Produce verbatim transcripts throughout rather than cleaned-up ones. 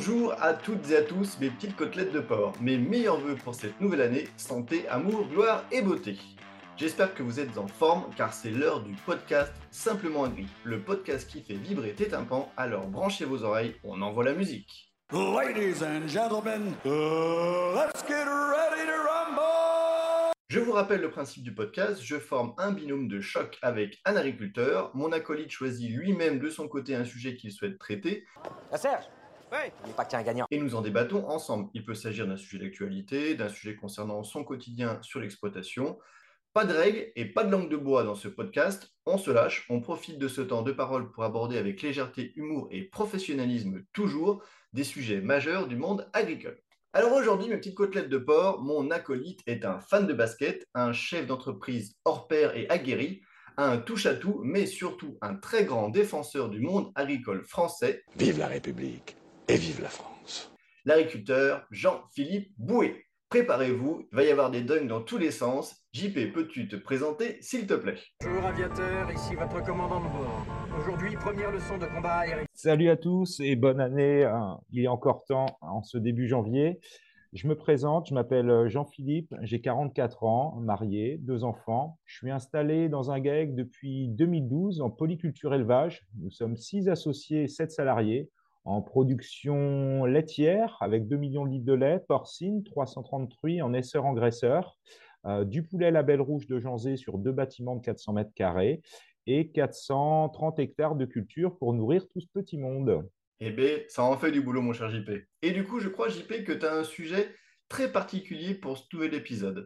Bonjour à toutes et à tous, mes petites côtelettes de porc. Mes meilleurs vœux pour cette nouvelle année, santé, amour, gloire et beauté. J'espère que vous êtes en forme car c'est l'heure du podcast Simplement Agri, le podcast qui fait vibrer tes tympans, alors branchez vos oreilles, on envoie la musique. Ladies and gentlemen, uh, let's get ready to rumble! Je vous rappelle le principe du podcast, je forme un binôme de choc avec un agriculteur. Mon acolyte choisit lui-même de son côté un sujet qu'il souhaite traiter. Ah, Serge, ouais. N'oublie pas que t'es un gagnant. Et nous en débattons ensemble. Il peut s'agir d'un sujet d'actualité, d'un sujet concernant son quotidien sur l'exploitation. Pas de règles et pas de langue de bois dans ce podcast. On se lâche, on profite de ce temps de parole pour aborder avec légèreté, humour et professionnalisme toujours des sujets majeurs du monde agricole. Alors aujourd'hui, mes petites côtelettes de porc, mon acolyte est un fan de basket, un chef d'entreprise hors pair et aguerri, un touche-à-tout, mais surtout un très grand défenseur du monde agricole français. Vive la République et vive la France. L'agriculteur Jean-Philippe Bouet. Préparez-vous, il va y avoir des dunks dans tous les sens. J P, peux-tu te présenter, s'il te plaît? Bonjour aviateur, ici votre commandant de bord. Aujourd'hui, première leçon de combat aérien. Salut à tous et bonne année. Il est encore temps en ce début janvier. Je me présente, je m'appelle Jean-Philippe, j'ai quarante-quatre ans, marié, deux enfants. Je suis installé dans un GAEC depuis deux mille douze en polyculture élevage. Nous sommes six associés et sept salariés en production laitière avec deux millions de litres de lait, porcine, trois cent trente truies en esseur-engraisseur, euh, du poulet label rouge de Janzé sur deux bâtiments de quatre cents mètres carrés et quatre cent trente hectares de culture pour nourrir tout ce petit monde. Eh bien, ça en fait du boulot, mon cher J P. Et du coup, je crois, J P, que tu as un sujet très particulier pour ce nouvel épisode.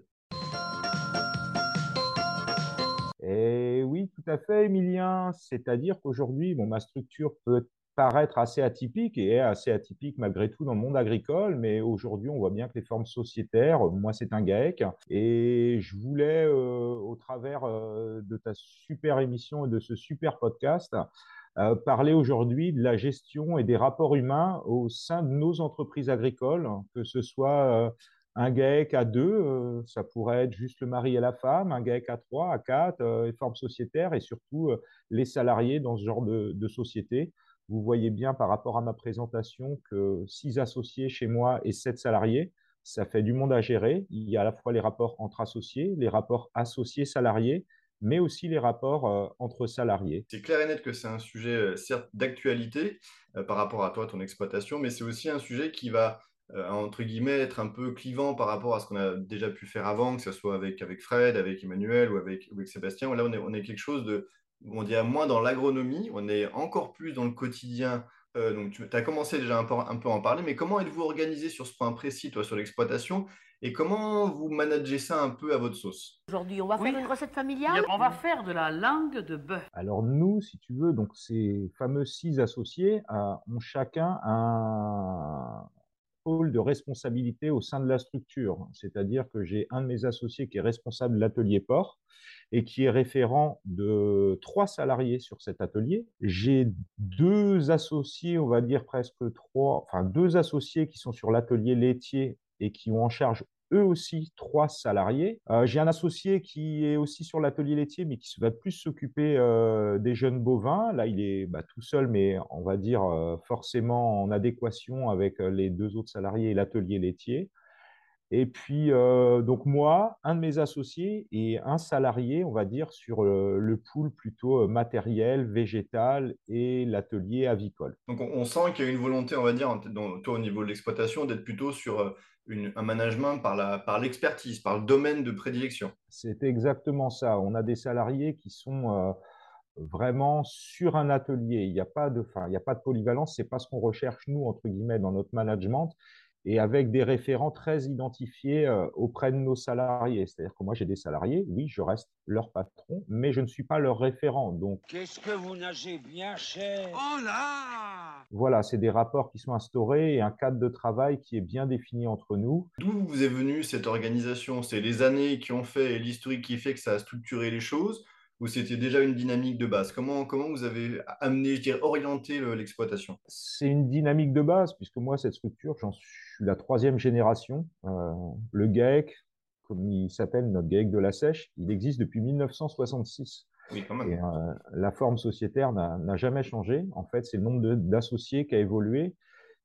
Et oui, tout à fait, Emilien. C'est-à-dire qu'aujourd'hui, bon, ma structure peut paraître assez atypique et est assez atypique malgré tout dans le monde agricole, mais aujourd'hui, on voit bien que les formes sociétaires, moi, c'est un GAEC, et je voulais, euh, au travers euh, de ta super émission et de ce super podcast, euh, parler aujourd'hui de la gestion et des rapports humains au sein de nos entreprises agricoles, que ce soit euh, un GAEC à deux, euh, ça pourrait être juste le mari et la femme, un GAEC à trois, à quatre, euh, les formes sociétaires et surtout euh, les salariés dans ce genre de, de société. Vous voyez bien par rapport à ma présentation que six associés chez moi et sept salariés, ça fait du monde à gérer. Il y a à la fois les rapports entre associés, les rapports associés-salariés, mais aussi les rapports euh, entre salariés. C'est clair et net que c'est un sujet, euh, certes, d'actualité euh, par rapport à toi, ton exploitation, mais c'est aussi un sujet qui va, euh, entre guillemets, être un peu clivant par rapport à ce qu'on a déjà pu faire avant, que ce soit avec, avec Fred, avec Emmanuel ou avec, ou avec Sébastien. Là, on est, on est quelque chose de, on dirait moins dans l'agronomie, on est encore plus dans le quotidien. Euh, donc, tu as commencé déjà un peu, un peu à en parler, mais comment êtes-vous organisé sur ce point précis, toi, sur l'exploitation, et comment vous managez ça un peu à votre sauce? Aujourd'hui, on va Oui. faire une recette familiale. On va faire de la langue de bœuf. Alors nous, si tu veux, donc ces fameux six associés euh, ont chacun un pôle de responsabilité au sein de la structure. C'est-à-dire que j'ai un de mes associés qui est responsable de l'atelier porc et qui est référent de trois salariés sur cet atelier. J'ai deux associés, on va dire presque trois, enfin deux associés qui sont sur l'atelier laitier et qui ont en charge eux aussi trois salariés. Euh, j'ai un associé qui est aussi sur l'atelier laitier, mais qui va plus s'occuper euh, des jeunes bovins. Là, il est bah, tout seul, mais on va dire euh, forcément en adéquation avec euh, les deux autres salariés et l'atelier laitier. Et puis, euh, donc moi, un de mes associés et un salarié, on va dire, sur le, le pool plutôt euh, matériel, végétal et l'atelier avicole. Donc, on, on sent qu'il y a une volonté, on va dire, en- dans- toi, au niveau de l'exploitation, d'être plutôt sur euh, une- un management par la, par l'expertise, par le domaine de prédilection. C'est exactement ça. On a des salariés qui sont euh, vraiment sur un atelier. Il n'y a pas de, enfin, il n'y a pas de polyvalence. C'est pas ce qu'on recherche nous entre guillemets dans notre management. Et avec des référents très identifiés euh, auprès de nos salariés. C'est-à-dire que moi, j'ai des salariés, oui, je reste leur patron, mais je ne suis pas leur référent. Donc, Qu'est-ce que vous nagez bien cher? Oh là! voilà, c'est des rapports qui sont instaurés et un cadre de travail qui est bien défini entre nous. D'où vous est venue cette organisation? C'est les années qui ont fait et l'historique qui fait que ça a structuré les choses, ou c'était déjà une dynamique de base? Comment, comment vous avez amené, je dirais, orienté le- l'exploitation? C'est une dynamique de base, puisque moi, cette structure, j'en suis la troisième génération. Euh, le GAEC, comme il s'appelle, notre GAEC de la Sèche, il existe depuis mille neuf cent soixante-six. Oui, quand Et même. euh, la forme sociétaire n'a n'a jamais changé. En fait, c'est le nombre de- d'associés qui a évolué.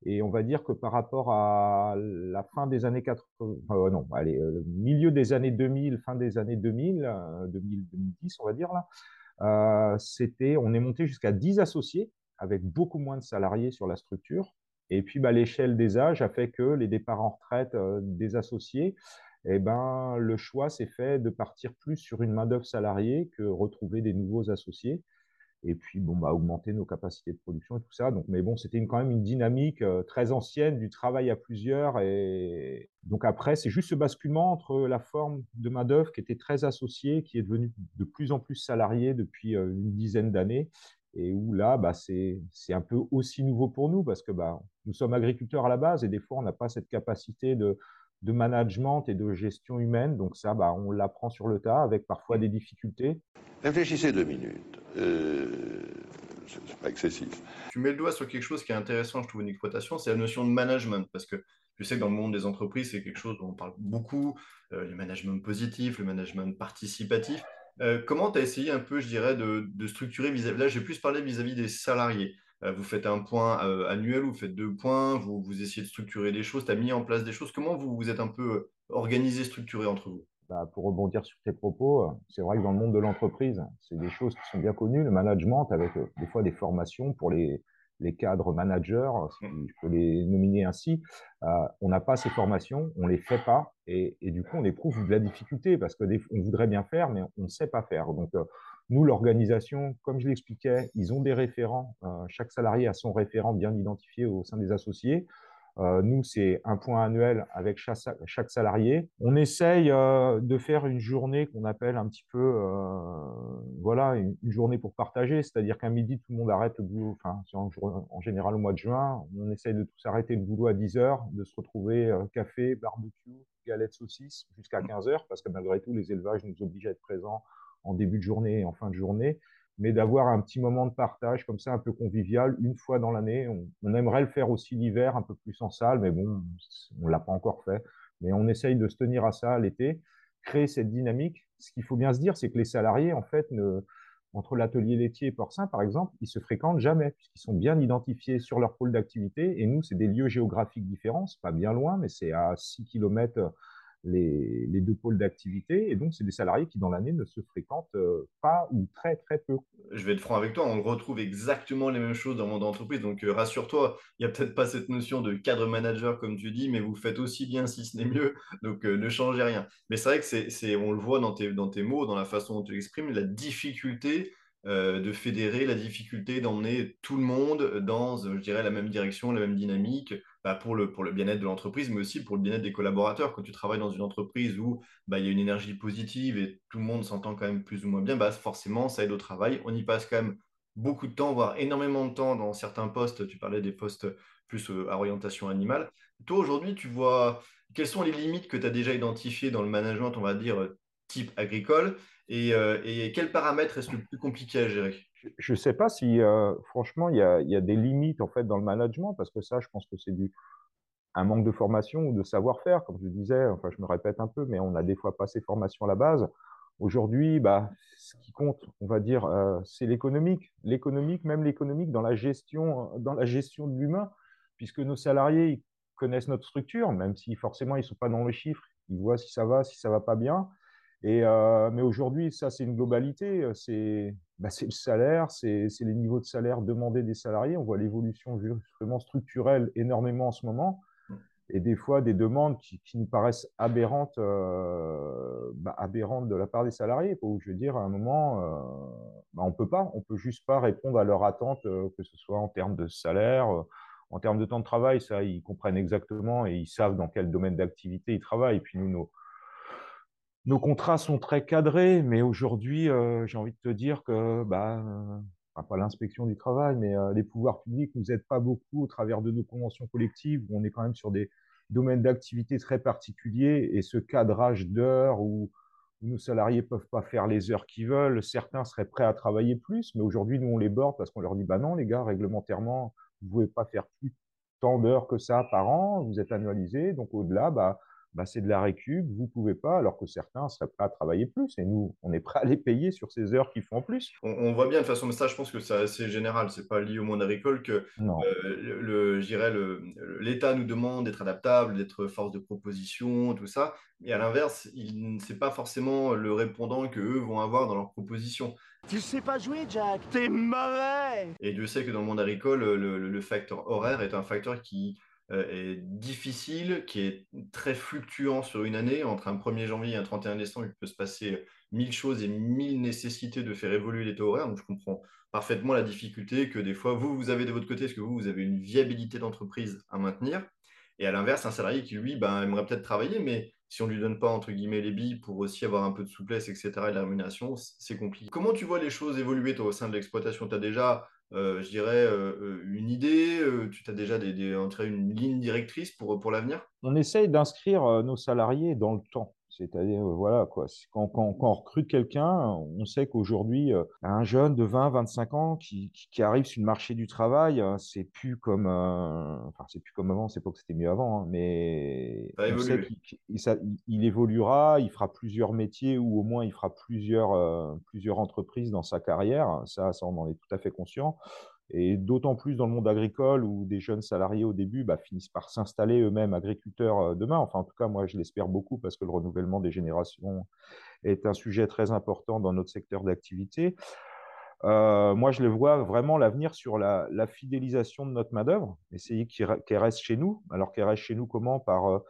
Et on va dire que par rapport à la fin des années quatre-vingts, euh, non, allez, euh, milieu des années deux mille, fin des années deux mille, euh, deux mille, deux mille dix, on va dire là, euh, c'était, on est monté jusqu'à dix associés avec beaucoup moins de salariés sur la structure. Et puis, bah, l'échelle des âges a fait que les départs en retraite euh, des associés, eh ben, le choix s'est fait de partir plus sur une main-d'œuvre salariée que retrouver des nouveaux associés. Et puis, bon, bah, augmenter nos capacités de production et tout ça. Donc, mais bon, c'était une, quand même une dynamique euh, très ancienne du travail à plusieurs. Et donc après, c'est juste ce basculement entre la forme de main-d'œuvre qui était très associée, qui est devenue de plus en plus salariée depuis euh, une dizaine d'années, et où là, bah, c'est, c'est un peu aussi nouveau pour nous parce que bah, nous sommes agriculteurs à la base et des fois, on n'a pas cette capacité de, de management et de gestion humaine. Donc ça, bah, on l'apprend sur le tas avec parfois des difficultés. Réfléchissez deux minutes. Euh, c'est pas excessif. Tu mets le doigt sur quelque chose qui est intéressant, je trouve, une exploitation, c'est la notion de management. Parce que je sais que dans le monde des entreprises, c'est quelque chose dont on parle beaucoup, euh, le management positif, le management participatif. Euh, comment tu as essayé un peu, je dirais, de, de structurer vis-à-vis, là, j'ai plus parlé vis-à-vis des salariés. Euh, vous faites un point euh, annuel, vous faites deux points, vous, vous essayez de structurer des choses, tu as mis en place des choses. Comment vous vous êtes un peu euh, organisé, structuré entre vous? Bah, pour rebondir sur tes propos, euh, c'est vrai que dans le monde de l'entreprise, c'est des choses qui sont bien connues, le management, avec euh, des fois des formations pour les, les cadres managers, si je peux les nominer ainsi. Euh, on n'a pas ces formations, on les fait pas, et, et du coup, on éprouve de la difficulté parce que des, on voudrait bien faire, mais on ne sait pas faire. Donc, euh, nous, l'organisation, comme je l'expliquais, ils ont des référents. Euh, chaque salarié a son référent bien identifié au sein des associés. Euh, nous, c'est un point annuel avec chaque, chaque salarié. On essaye euh, de faire une journée qu'on appelle un petit peu, euh, voilà, une, une, journée pour partager, c'est-à-dire qu'un midi, tout le monde arrête le boulot, enfin, en, en général au mois de juin, on essaye de tous arrêter le boulot à dix heures, de se retrouver euh, café, barbecue, galette saucisse jusqu'à quinze heures, parce que malgré tout, les élevages nous obligent à être présents en début de journée et en fin de journée, mais d'avoir un petit moment de partage comme ça, un peu convivial, une fois dans l'année. On, on aimerait le faire aussi l'hiver, un peu plus en salle, mais bon, on ne l'a pas encore fait. Mais on essaye de se tenir à ça l'été, créer cette dynamique. Ce qu'il faut bien se dire, c'est que les salariés, en fait, ne, entre l'atelier laitier et porcin, par exemple, ils se fréquentent jamais, puisqu'ils sont bien identifiés sur leur pôle d'activité. Et nous, c'est des lieux géographiques différents, c'est pas bien loin, mais c'est à six kilomètres les, les deux pôles d'activité. Et donc, c'est des salariés qui, dans l'année, ne se fréquentent euh, pas ou très, très peu. Je vais être franc avec toi, on retrouve exactement les mêmes choses dans le monde d'entreprise. Donc, euh, rassure-toi, il n'y a peut-être pas cette notion de cadre manager, comme tu dis, mais vous faites aussi bien, si ce n'est mieux. Donc, euh, ne changez rien. Mais c'est vrai que c'est, c'est, on le voit dans tes, dans tes mots, dans la façon dont tu l'exprimes, la difficulté euh, de fédérer, la difficulté d'emmener tout le monde dans, euh, je dirais, la même direction, la même dynamique, bah, pour le, pour le bien-être de l'entreprise, mais aussi pour le bien-être des collaborateurs. Quand tu travailles dans une entreprise où bah, il y a une énergie positive et tout le monde s'entend quand même plus ou moins bien, bah, forcément, ça aide au travail. On y passe quand même beaucoup de temps, voire énormément de temps dans certains postes. Tu parlais des postes plus euh, à orientation animale. Toi, aujourd'hui, tu vois quelles sont les limites que tu as déjà identifiées dans le management, on va dire, euh, type agricole, et, euh, et quels paramètres est-ce le plus compliqué à gérer? Je ne sais pas si, euh, franchement, il y a, il y a des limites en fait dans le management, parce que ça, je pense que c'est du un manque de formation ou de savoir-faire, comme je disais, enfin je me répète un peu, mais on a des fois pas ces formations à la base. Aujourd'hui, bah, ce qui compte, on va dire, euh, c'est l'économique. L'économique, même l'économique dans la gestion, dans la gestion de l'humain, puisque nos salariés ils connaissent notre structure, même si forcément ils ne sont pas dans les chiffres, ils voient si ça va, si ça va pas bien. Et, euh, mais aujourd'hui, ça, c'est une globalité. C'est bah, le salaire, c'est les niveaux de salaire demandés des salariés. On voit l'évolution justement structurelle énormément en ce moment et des fois des demandes qui, qui nous paraissent aberrantes, euh, bah, aberrantes de la part des salariés. Où, je veux dire, à un moment, euh, bah, on peut pas, on peut juste pas répondre à leurs attentes, euh, que ce soit en termes de salaire, euh, en termes de temps de travail. Ça, ils comprennent exactement et ils savent dans quel domaine d'activité ils travaillent. Et puis nous, nos, nos contrats sont très cadrés, mais aujourd'hui, euh, j'ai envie de te dire que bah, euh, enfin, pas l'inspection du travail, mais euh, les pouvoirs publics nous aident pas beaucoup au travers de nos conventions collectives, où on est quand même sur des domaines d'activité très particuliers, et ce cadrage d'heures où, où nos salariés peuvent pas faire les heures qu'ils veulent, certains seraient prêts à travailler plus, mais aujourd'hui, nous, on les borde parce qu'on leur dit, bah non, les gars, réglementairement, vous pouvez pas faire plus tant d'heures que ça par an, vous êtes annualisés, donc au-delà, bah, bah, c'est de la récup, vous pouvez pas, alors que certains seraient prêts à travailler plus. Et nous, on est prêts à les payer sur ces heures qu'ils font en plus. On, on voit bien de toute façon, mais ça, je pense que c'est assez général. C'est pas lié au monde agricole que Non. euh, le, le- je dirais le- l'État nous demande d'être adaptable, d'être force de proposition, tout ça. Et à l'inverse, il c'est pas forcément le répondant que eux vont avoir dans leurs propositions. Tu sais pas jouer, Jack. T'es mauvais. Et Dieu sait que dans le monde agricole, le, le- le facteur horaire est un facteur qui euh, est difficile, qui est très fluctuant sur une année. Entre un premier janvier et un trente et un décembre, il peut se passer mille choses et mille nécessités de faire évoluer les taux horaires. Donc, je comprends parfaitement la difficulté que des fois, vous, vous avez de votre côté, parce que vous, vous avez une viabilité d'entreprise à maintenir. Et à l'inverse, un salarié qui, lui, ben, aimerait peut-être travailler, mais si on ne lui donne pas, entre guillemets, les billes pour aussi avoir un peu de souplesse, et cetera, et de la rémunération, c'est compliqué. Comment tu vois les choses évoluer, toi, au sein de l'exploitation? Tu as déjà euh, je dirais, euh, euh, une idée, euh, tu as déjà des, des, entré une ligne directrice pour, pour l'avenir? On essaye d'inscrire euh, nos salariés dans le temps. C'est-à-dire, euh, voilà, quoi. C'est Quand, quand, quand on recrute quelqu'un, on sait qu'aujourd'hui, euh, un jeune de vingt, vingt-cinq ans qui, qui, qui arrive sur le marché du travail, euh, c'est plus comme, euh, enfin, c'est plus comme avant, c'est pas que c'était mieux avant, hein, mais Ça a on sait évolué. qu'il qu'il- ça- il- il évoluera, il fera plusieurs métiers ou au moins il fera plusieurs, euh, plusieurs entreprises dans sa carrière. Ça, ça, on en est tout à fait conscient. Et d'autant plus dans le monde agricole où des jeunes salariés au début bah, finissent par s'installer eux-mêmes agriculteurs euh, demain. Enfin, en tout cas, moi, je l'espère beaucoup parce que le renouvellement des générations est un sujet très important dans notre secteur d'activité. Euh, moi, je le vois vraiment l'avenir sur la, la fidélisation de notre main-d'œuvre, essayer qu'elle reste chez nous. Alors qu'elle reste chez nous comment? Par, euh,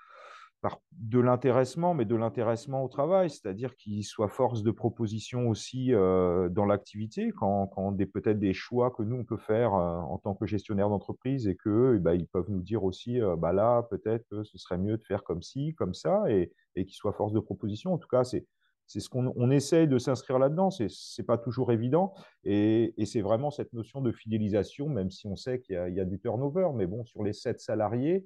par de l'intéressement, mais de l'intéressement au travail, c'est-à-dire qu'ils soient force de proposition aussi euh, dans l'activité, quand, quand des, peut-être des choix que nous, on peut faire euh, en tant que gestionnaire d'entreprise et qu'eux, eh ben, ils peuvent nous dire aussi, euh, bah là, peut-être que ce serait mieux de faire comme ci, comme ça, et, et qu'ils soient force de proposition. En tout cas, c'est, c'est ce qu'on on essaye de s'inscrire là-dedans. C'est, c'est pas toujours évident. Et, et c'est vraiment cette notion de fidélisation, même si on sait qu'il y a, il y a du turnover. Mais bon, sur les sept salariés,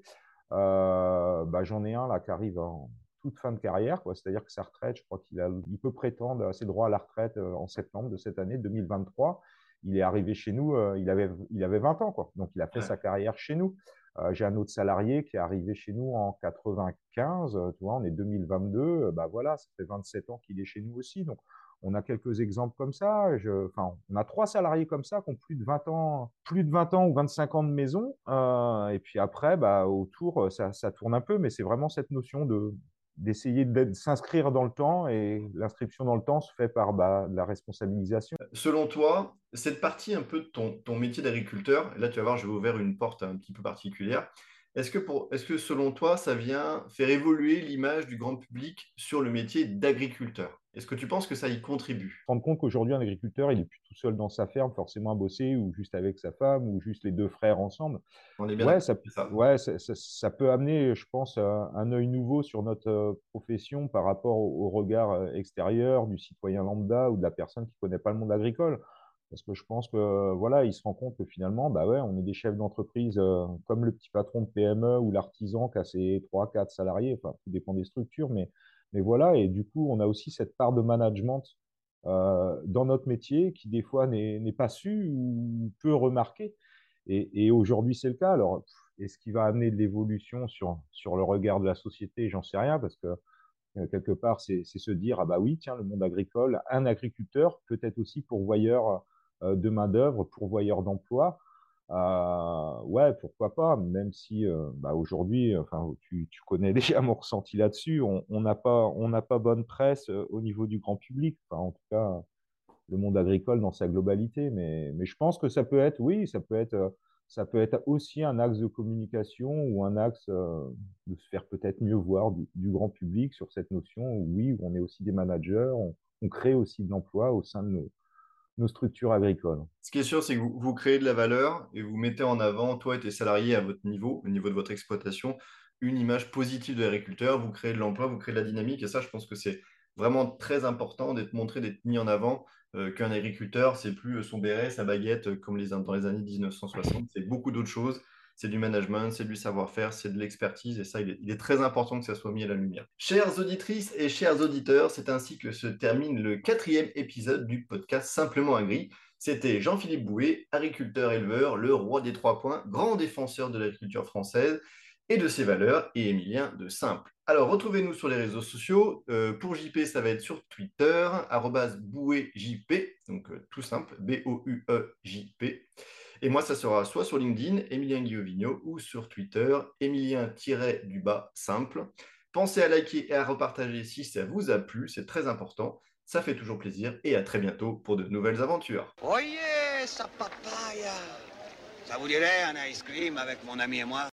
euh, bah, j'en ai un là qui arrive en toute fin de carrière, quoi. C'est-à-dire que sa retraite, je crois qu'il a, il peut prétendre à ses droits à la retraite euh, en septembre de cette année deux mille vingt-trois. Il est arrivé chez nous, euh, il avait, il avait vingt ans, quoi. Donc il a fait sa Ouais. carrière chez nous. Euh, j'ai un autre salarié qui est arrivé chez nous en quatre-vingt-quinze, euh, tu vois, on est deux mille vingt-deux, euh, bah voilà, ça fait vingt-sept ans qu'il est chez nous aussi. Donc on a quelques exemples comme ça. Je, enfin, on a trois salariés comme ça qui ont plus de vingt ans, plus de vingt ans ou vingt-cinq ans de maison. Euh, et puis après, bah, autour, ça, ça tourne un peu, mais c'est vraiment cette notion de d'essayer de s'inscrire dans le temps, et l'inscription dans le temps se fait par bah, la responsabilisation. Selon toi, cette partie un peu de ton, ton métier d'agriculteur, et là tu vas voir, je vais ouvrir une porte un petit peu particulière. Est-ce que, pour, est-ce que selon toi, ça vient faire évoluer l'image du grand public sur le métier d'agriculteur? Est-ce que tu penses que ça y contribue? Rendre compte qu'aujourd'hui, un agriculteur, il est plus tout seul dans sa ferme, forcément à bosser, ou juste avec sa femme, ou juste les deux frères ensemble. On est bien Ouais, d'accord, ça, c'est ça. ouais, ça, ça- ça peut amener, je pense, un, un œil nouveau sur notre euh, profession par rapport au, au regard euh, extérieur du citoyen lambda ou de la personne qui connaît pas le monde agricole. Parce que je pense que euh, voilà, il se rend compte que finalement, bah ouais, on est des chefs d'entreprise euh, comme le petit patron de P M E ou l'artisan qui a ses trois, quatre salariés. Enfin, tout dépend des structures, mais mais voilà. Et du coup, on a aussi cette part de management euh, dans notre métier qui des fois n'est n'est pas su ou peu remarqué. Et, et aujourd'hui, c'est le cas. Alors, est-ce qui va amener de l'évolution sur, sur le regard de la société? J'en sais rien, parce que euh, quelque part, c'est c'est se dire, ah bah oui, tiens, le monde agricole, un agriculteur peut être aussi pourvoyeur euh, de main-d'œuvre, pourvoyeur d'emploi. Euh, ouais, pourquoi pas, même si euh, bah aujourd'hui, enfin, tu, tu connais déjà mon ressenti là-dessus, on on n'a pas, on n'a pas bonne presse euh, au niveau du grand public. Enfin, en tout cas, le monde agricole dans sa globalité. Mais, mais je pense que ça peut être, oui, ça peut être, euh, ça peut être aussi un axe de communication ou un axe euh, de se faire peut-être mieux voir du, du grand public sur cette notion où, oui, où on est aussi des managers, on, on crée aussi de l'emploi au sein de nos, nos structures agricoles. Ce qui est sûr, c'est que vous, vous créez de la valeur et vous mettez en avant, toi et tes salariés à votre niveau, au niveau de votre exploitation, une image positive de l'agriculteur. Vous créez de l'emploi, vous créez de la dynamique. Et ça, je pense que c'est vraiment très important d'être montré, d'être mis en avant. Euh, qu'un agriculteur, c'est plus euh, son béret, sa baguette, euh, comme les, dans les années mille neuf cent soixante. C'est beaucoup d'autres choses. C'est du management, c'est du savoir-faire, c'est de l'expertise. Et ça, il est, il est très important que ça soit mis à la lumière. Chères auditrices et chers auditeurs, c'est ainsi que se termine le quatrième épisode du podcast Simplement Agri. C'était Jean-Philippe Bouet, agriculteur-éleveur, le roi des trois points, grand défenseur de l'agriculture française. et de ses valeurs, et Emilien de simple. Alors, retrouvez-nous sur les réseaux sociaux. Euh, pour J P, ça va être sur Twitter, arobase bouéjp, donc euh, tout simple, B O U E J P. Et moi, ça sera soit sur LinkedIn, Emilien Guillovigno, ou sur Twitter, Emilien-du-bas simple. Pensez à liker et à repartager si ça vous a plu, c'est très important. Ça fait toujours plaisir et à très bientôt pour de nouvelles aventures. Oye, esa papaya. Ça vous dirait un ice cream avec mon ami et moi?